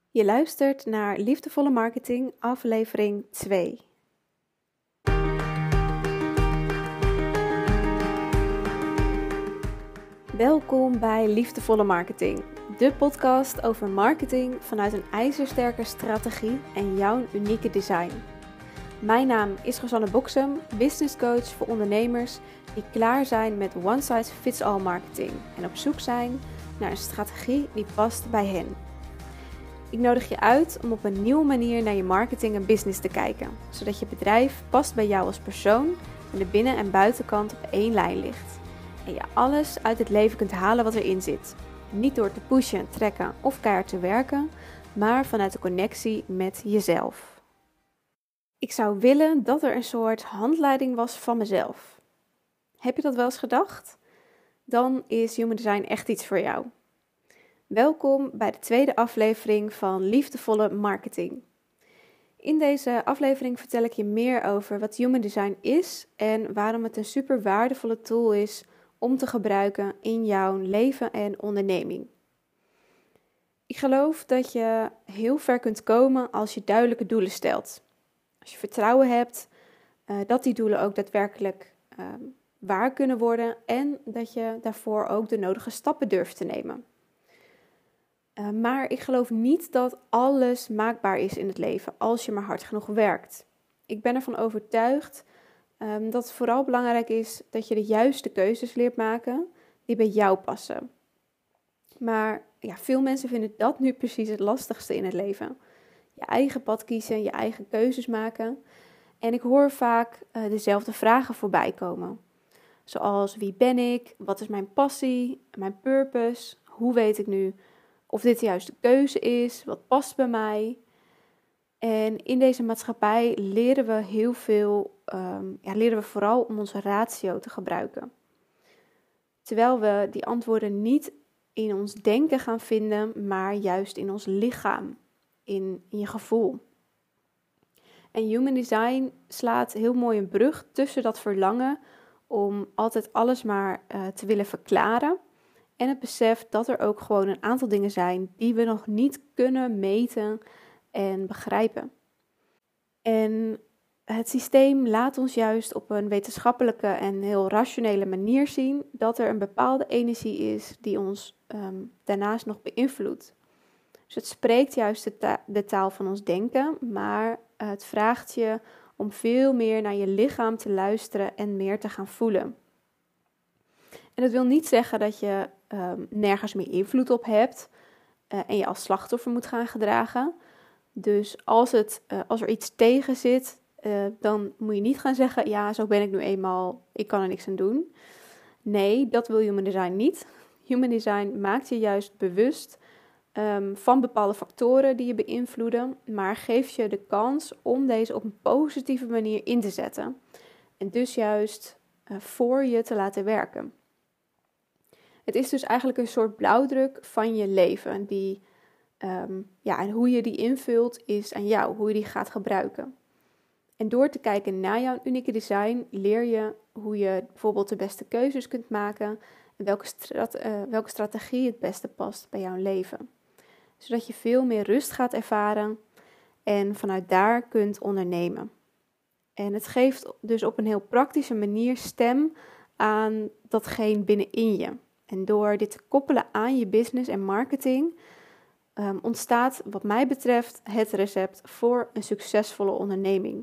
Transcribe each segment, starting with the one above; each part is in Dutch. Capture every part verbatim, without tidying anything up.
Je luistert naar Liefdevolle Marketing, aflevering twee. Welkom bij Liefdevolle Marketing, de podcast over marketing vanuit een ijzersterke strategie en jouw unieke design. Mijn naam is Rosanne Boksem, business coach voor ondernemers die klaar zijn met one-size-fits-all marketing en op zoek zijn naar een strategie die past bij hen. Ik nodig je uit om op een nieuwe manier naar je marketing en business te kijken, zodat je bedrijf past bij jou als persoon en de binnen- en buitenkant op één lijn ligt. En je alles uit het leven kunt halen wat erin zit. Niet door te pushen, trekken of keihard te werken, maar vanuit de connectie met jezelf. Ik zou willen dat er een soort handleiding was van mezelf. Heb je dat wel eens gedacht? Dan is Human Design echt iets voor jou. Welkom bij de tweede aflevering van Liefdevolle Marketing. In deze aflevering vertel ik je meer over wat Human Design is en waarom het een super waardevolle tool is om te gebruiken in jouw leven en onderneming. Ik geloof dat je heel ver kunt komen als je duidelijke doelen stelt. Als je vertrouwen hebt uh, dat die doelen ook daadwerkelijk uh, waar kunnen worden en dat je daarvoor ook de nodige stappen durft te nemen. Uh, maar ik geloof niet dat alles maakbaar is in het leven als je maar hard genoeg werkt. Ik ben ervan overtuigd um, dat het vooral belangrijk is dat je de juiste keuzes leert maken die bij jou passen. Maar ja, veel mensen vinden dat nu precies het lastigste in het leven. Je eigen pad kiezen, je eigen keuzes maken. En ik hoor vaak uh, dezelfde vragen voorbij komen. Zoals wie ben ik, wat is mijn passie, mijn purpose, hoe weet ik nu of dit de juiste keuze is, wat past bij mij. En in deze maatschappij leren we heel veel, um, ja, leren we vooral om onze ratio te gebruiken. Terwijl we die antwoorden niet in ons denken gaan vinden, maar juist in ons lichaam, in, in je gevoel. En Human Design slaat heel mooi een brug tussen dat verlangen om altijd alles maar uh, te willen verklaren en het besef dat er ook gewoon een aantal dingen zijn die we nog niet kunnen meten en begrijpen. En het systeem laat ons juist op een wetenschappelijke en heel rationele manier zien dat er een bepaalde energie is die ons um, daarnaast nog beïnvloedt. Dus het spreekt juist de, ta- de taal van ons denken, maar uh, het vraagt je om veel meer naar je lichaam te luisteren en meer te gaan voelen. En dat wil niet zeggen dat je um, nergens meer invloed op hebt uh, en je als slachtoffer moet gaan gedragen. Dus als, het, uh, als er iets tegen zit, uh, dan moet je niet gaan zeggen, ja, zo ben ik nu eenmaal, ik kan er niks aan doen. Nee, dat wil Human Design niet. Human Design maakt je juist bewust um, van bepaalde factoren die je beïnvloeden, maar geeft je de kans om deze op een positieve manier in te zetten. En dus juist uh, voor je te laten werken. Het is dus eigenlijk een soort blauwdruk van je leven. Die, um, ja, en hoe je die invult is aan jou, hoe je die gaat gebruiken. En door te kijken naar jouw unieke design leer je hoe je bijvoorbeeld de beste keuzes kunt maken en welke, strat- uh, welke strategie het beste past bij jouw leven. Zodat je veel meer rust gaat ervaren en vanuit daar kunt ondernemen. En het geeft dus op een heel praktische manier stem aan datgene binnenin je. En door dit te koppelen aan je business en marketing um, ontstaat wat mij betreft het recept voor een succesvolle onderneming.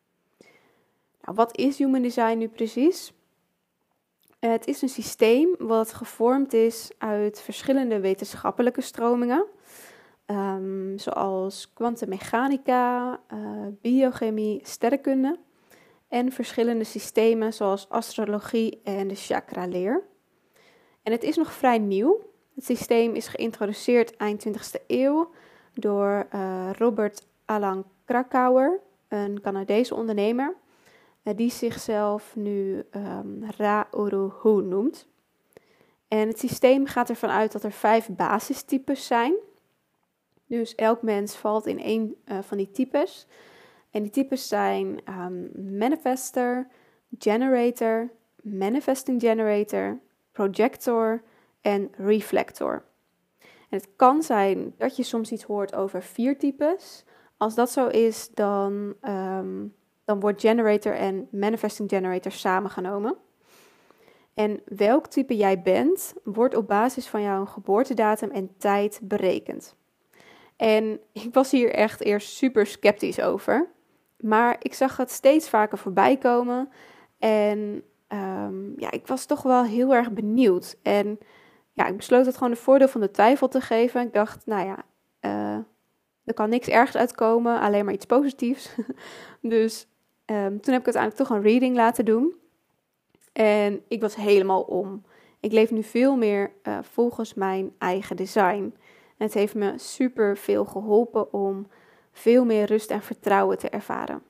Nou, wat is Human Design nu precies? Uh, het is een systeem wat gevormd is uit verschillende wetenschappelijke stromingen. Um, zoals kwantummechanica, uh, biochemie, sterrenkunde. En verschillende systemen zoals astrologie en de chakra-leer. En het is nog vrij nieuw. Het systeem is geïntroduceerd eind twintigste eeuw door uh, Robert Alan Krakauer, een Canadese ondernemer, uh, die zichzelf nu um, Ra-Uru-Hu noemt. En het systeem gaat ervan uit dat er vijf basistypes zijn. Dus elk mens valt in één uh, van die types. En die types zijn um, manifester, generator, manifesting generator, projector en reflector. En het kan zijn dat je soms iets hoort over vier types. Als dat zo is, dan, um, dan wordt generator en manifesting generator samengenomen. En welk type jij bent, wordt op basis van jouw geboortedatum en tijd berekend. En ik was hier echt eerst super sceptisch over. Maar ik zag het steeds vaker voorbij komen. En um, ja, ik was toch wel heel erg benieuwd. En ja, ik besloot het gewoon de voordeel van de twijfel te geven. Ik dacht, nou ja, uh, er kan niks ergs uitkomen, alleen maar iets positiefs. dus um, toen heb ik uiteindelijk toch een reading laten doen. En ik was helemaal om. Ik leef nu veel meer uh, volgens mijn eigen design. En het heeft me super veel geholpen om veel meer rust en vertrouwen te ervaren.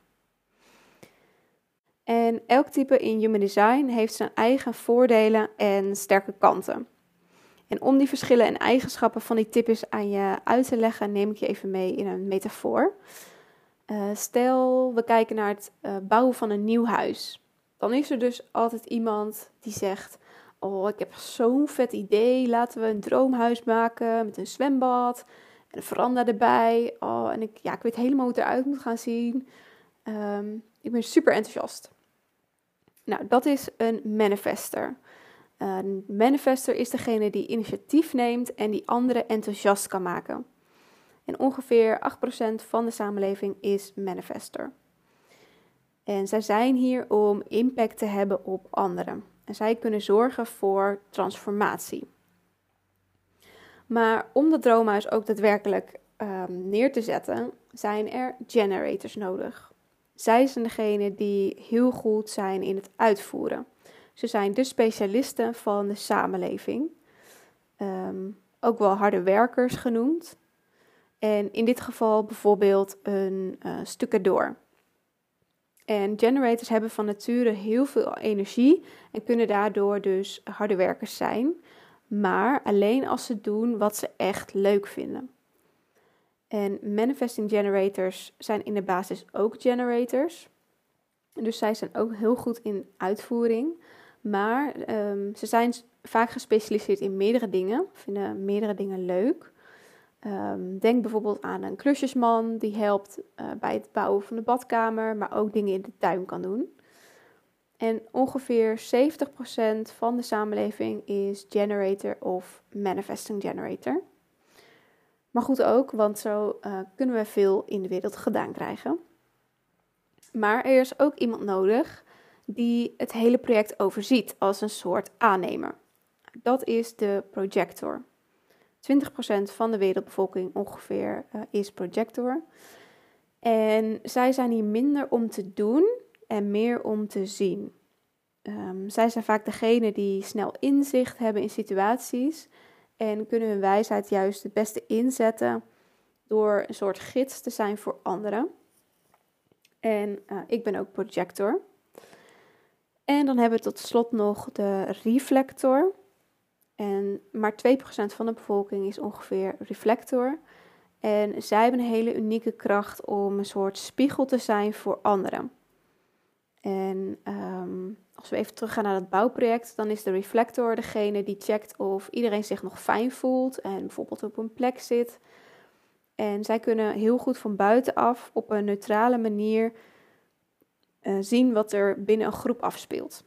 En elk type in Human Design heeft zijn eigen voordelen en sterke kanten. En om die verschillen en eigenschappen van die types aan je uit te leggen, neem ik je even mee in een metafoor. Uh, stel, we kijken naar het uh, bouwen van een nieuw huis. Dan is er dus altijd iemand die zegt, oh, ik heb zo'n vet idee, laten we een droomhuis maken met een zwembad en een veranda erbij. Oh, en ik, ja, ik weet helemaal hoe het eruit moet gaan zien. Um, ik ben super enthousiast. Nou, dat is een manifester. Een manifester is degene die initiatief neemt en die anderen enthousiast kan maken. En ongeveer acht procent van de samenleving is manifester. En zij zijn hier om impact te hebben op anderen. En zij kunnen zorgen voor transformatie. Maar om dat droomhuis ook daadwerkelijk um, neer te zetten, zijn er generators nodig. Zij zijn degene die heel goed zijn in het uitvoeren. Ze zijn de specialisten van de samenleving. Um, ook wel harde werkers genoemd. En in dit geval bijvoorbeeld een uh, stucadoor. En generators hebben van nature heel veel energie en kunnen daardoor dus harde werkers zijn. Maar alleen als ze doen wat ze echt leuk vinden. En manifesting generators zijn in de basis ook generators. Dus zij zijn ook heel goed in uitvoering. Maar um, ze zijn vaak gespecialiseerd in meerdere dingen. Vinden meerdere dingen leuk. Um, denk bijvoorbeeld aan een klusjesman die helpt uh, bij het bouwen van de badkamer, maar ook dingen in de tuin kan doen. En ongeveer zeventig procent van de samenleving is generator of manifesting generator. Maar goed ook, want zo uh, kunnen we veel in de wereld gedaan krijgen. Maar er is ook iemand nodig die het hele project overziet als een soort aannemer. Dat is de projector. twintig procent van de wereldbevolking ongeveer uh, is projector. En zij zijn hier minder om te doen en meer om te zien. Um, zij zijn vaak degene die snel inzicht hebben in situaties en kunnen hun wijsheid juist het beste inzetten door een soort gids te zijn voor anderen. En uh, ik ben ook projector. En dan hebben we tot slot nog de reflector. En maar twee procent van de bevolking is ongeveer reflector. En zij hebben een hele unieke kracht om een soort spiegel te zijn voor anderen. En um, als we even teruggaan naar het bouwproject, dan is de reflector degene die checkt of iedereen zich nog fijn voelt en bijvoorbeeld op een plek zit. En zij kunnen heel goed van buitenaf op een neutrale manier uh, zien wat er binnen een groep afspeelt.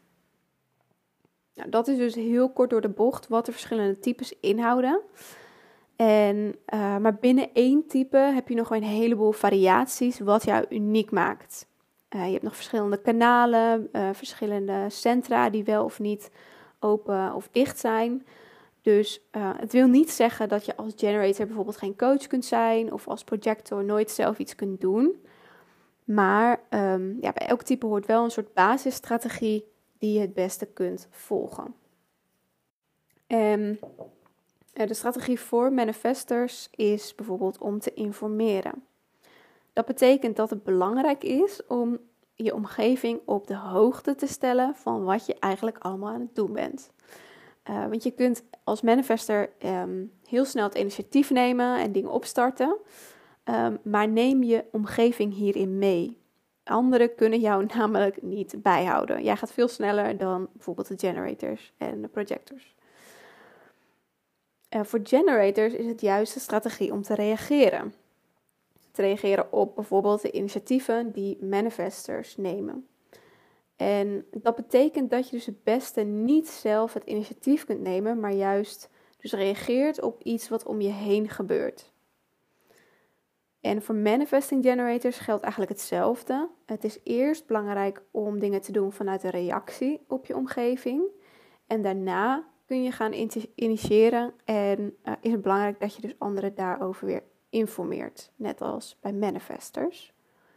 Nou, dat is dus heel kort door de bocht wat de verschillende types inhouden. En, uh, maar binnen één type heb je nog een heleboel variaties wat jou uniek maakt. Uh, je hebt nog verschillende kanalen, uh, verschillende centra die wel of niet open of dicht zijn. Dus uh, het wil niet zeggen dat je als generator bijvoorbeeld geen coach kunt zijn of als projector nooit zelf iets kunt doen. Maar um, ja, bij elk type hoort wel een soort basisstrategie die je het beste kunt volgen. Um, de strategie voor manifestors is bijvoorbeeld om te informeren. Dat betekent dat het belangrijk is om je omgeving op de hoogte te stellen van wat je eigenlijk allemaal aan het doen bent. Uh, want je kunt als manifestor um, heel snel het initiatief nemen en dingen opstarten. Um, maar neem je omgeving hierin mee. Anderen kunnen jou namelijk niet bijhouden. Jij gaat veel sneller dan bijvoorbeeld de generators en de projectors. Uh, voor generators is het juist de strategie om te reageren. Te reageren op bijvoorbeeld de initiatieven die manifestors nemen. En dat betekent dat je dus het beste niet zelf het initiatief kunt nemen, maar juist dus reageert op iets wat om je heen gebeurt. En voor manifesting generators geldt eigenlijk hetzelfde. Het is eerst belangrijk om dingen te doen vanuit een reactie op je omgeving. En daarna kun je gaan initiëren en uh, is het belangrijk dat je dus anderen daarover weer informeert. Net als bij manifestors.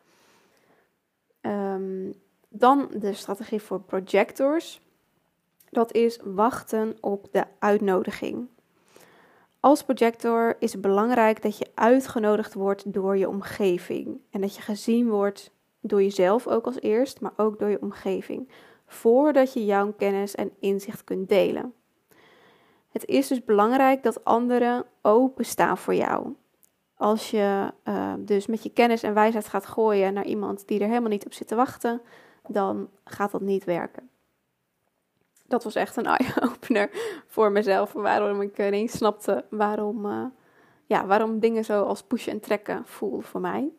Um, dan de strategie voor projectors. Dat is wachten op de uitnodiging. Als projector is het belangrijk dat je uitgenodigd wordt door je omgeving. En dat je gezien wordt door jezelf ook als eerst, maar ook door je omgeving. Voordat je jouw kennis en inzicht kunt delen. Het is dus belangrijk dat anderen openstaan voor jou. Als je uh, dus met je kennis en wijsheid gaat gooien naar iemand die er helemaal niet op zit te wachten, dan gaat dat niet werken. Dat was echt een eye-opener voor mezelf. Waarom ik ineens snapte waarom, uh, ja, waarom dingen zo als pushen en trekken voelen voor mij.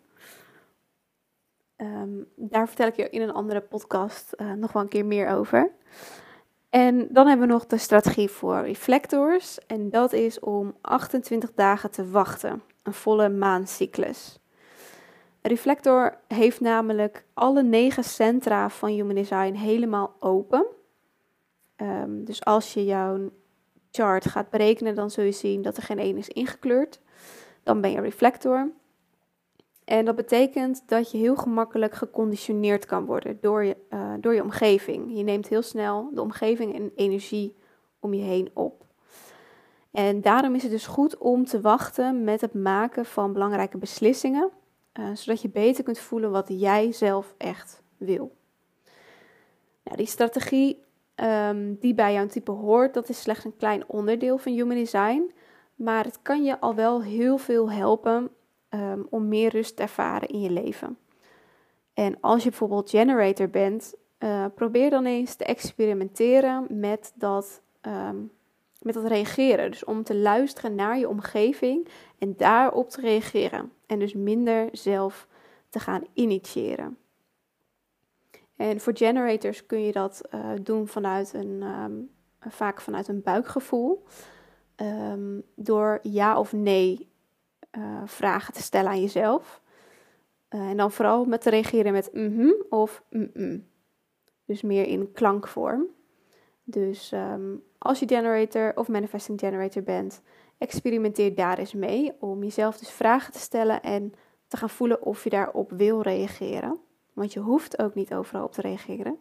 Um, daar vertel ik je in een andere podcast uh, nog wel een keer meer over. En dan hebben we nog de strategie voor reflectors. En dat is om achtentwintig dagen te wachten. Een volle maancyclus. Een reflector heeft namelijk alle negen centra van Human Design helemaal open. Um, dus als je jouw chart gaat berekenen, dan zul je zien dat er geen één is ingekleurd. Dan ben je reflector. En dat betekent dat je heel gemakkelijk geconditioneerd kan worden door je, uh, door je omgeving. Je neemt heel snel de omgeving en energie om je heen op. En daarom is het dus goed om te wachten met het maken van belangrijke beslissingen. Uh, zodat je beter kunt voelen wat jij zelf echt wil. Nou, die strategie um, die bij jouw type hoort, dat is slechts een klein onderdeel van Human Design. Maar het kan je al wel heel veel helpen um, om meer rust te ervaren in je leven. En als je bijvoorbeeld generator bent, uh, probeer dan eens te experimenteren met dat, um, met dat reageren. Dus om te luisteren naar je omgeving en daarop te reageren. En dus minder zelf te gaan initiëren. En voor generators kun je dat uh, doen vanuit een, um, vaak vanuit een buikgevoel. Um, door ja of nee uh, vragen te stellen aan jezelf. Uh, en dan vooral met te reageren met mhm of mm-mm. Dus meer in klankvorm. Dus um, als je generator of manifesting generator bent, experimenteer daar eens mee. Om jezelf dus vragen te stellen en te gaan voelen of je daarop wil reageren. Want je hoeft ook niet overal op te reageren.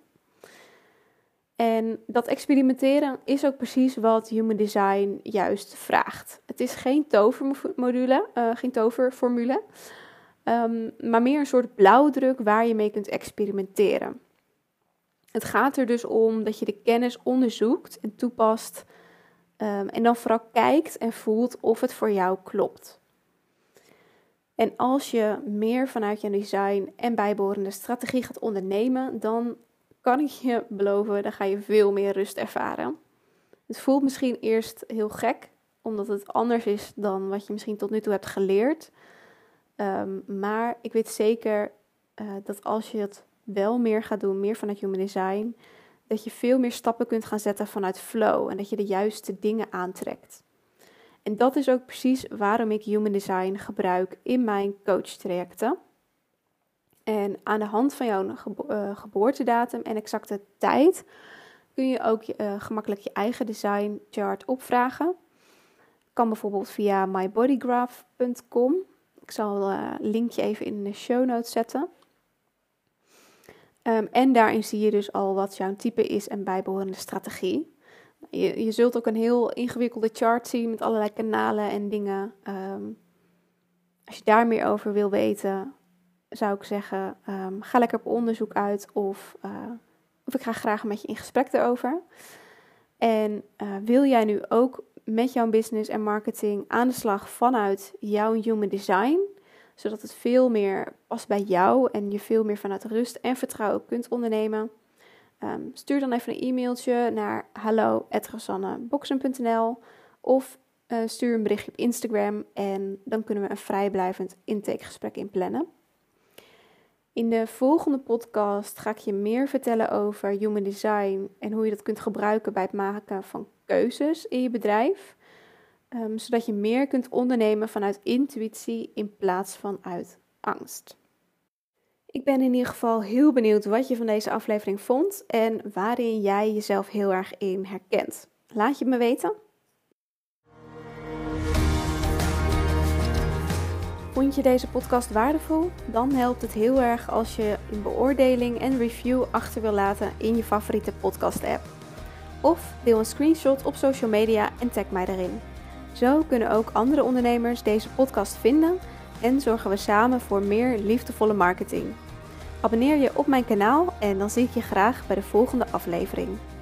En dat experimenteren is ook precies wat Human Design juist vraagt. Het is geen tovermodule, uh, geen toverformule, um, maar meer een soort blauwdruk waar je mee kunt experimenteren. Het gaat er dus om dat je de kennis onderzoekt en toepast um, en dan vooral kijkt en voelt of het voor jou klopt. En als je meer vanuit je design en bijbehorende strategie gaat ondernemen, dan kan ik je beloven, dan ga je veel meer rust ervaren. Het voelt misschien eerst heel gek, omdat het anders is dan wat je misschien tot nu toe hebt geleerd. Um, maar ik weet zeker uh, dat als je het wel meer gaat doen, meer vanuit Human Design, dat je veel meer stappen kunt gaan zetten vanuit flow en dat je de juiste dingen aantrekt. En dat is ook precies waarom ik Human Design gebruik in mijn coachtrajecten. En aan de hand van jouw gebo- uh, geboortedatum en exacte tijd kun je ook uh, gemakkelijk je eigen design chart opvragen. Kan bijvoorbeeld via my bodygraph punt com. Ik zal uh, een linkje even in de show notes zetten. Um, en daarin zie je dus al wat jouw type is en bijbehorende strategie. Je, je zult ook een heel ingewikkelde chart zien met allerlei kanalen en dingen. Um, als je daar meer over wil weten, zou ik zeggen, um, ga lekker op onderzoek uit of, uh, of ik ga graag met je in gesprek erover. En uh, wil jij nu ook met jouw business en marketing aan de slag vanuit jouw Human Design, zodat het veel meer past bij jou en je veel meer vanuit rust en vertrouwen kunt ondernemen? Um, stuur dan even een e-mailtje naar hallo at rosanne boxen punt n l of Uh, stuur een berichtje op Instagram en dan kunnen we een vrijblijvend intakegesprek inplannen. In de volgende podcast ga ik je meer vertellen over human design en hoe je dat kunt gebruiken bij het maken van keuzes in je bedrijf. Um, zodat je meer kunt ondernemen vanuit intuïtie in plaats van uit angst. Ik ben in ieder geval heel benieuwd wat je van deze aflevering vond en waarin jij jezelf heel erg in herkent. Laat je het me weten. Vond je deze podcast waardevol? Dan helpt het heel erg als je een beoordeling en review achter wil laten in je favoriete podcast app. Of deel een screenshot op social media en tag mij daarin. Zo kunnen ook andere ondernemers deze podcast vinden en zorgen we samen voor meer liefdevolle marketing. Abonneer je op mijn kanaal en dan zie ik je graag bij de volgende aflevering.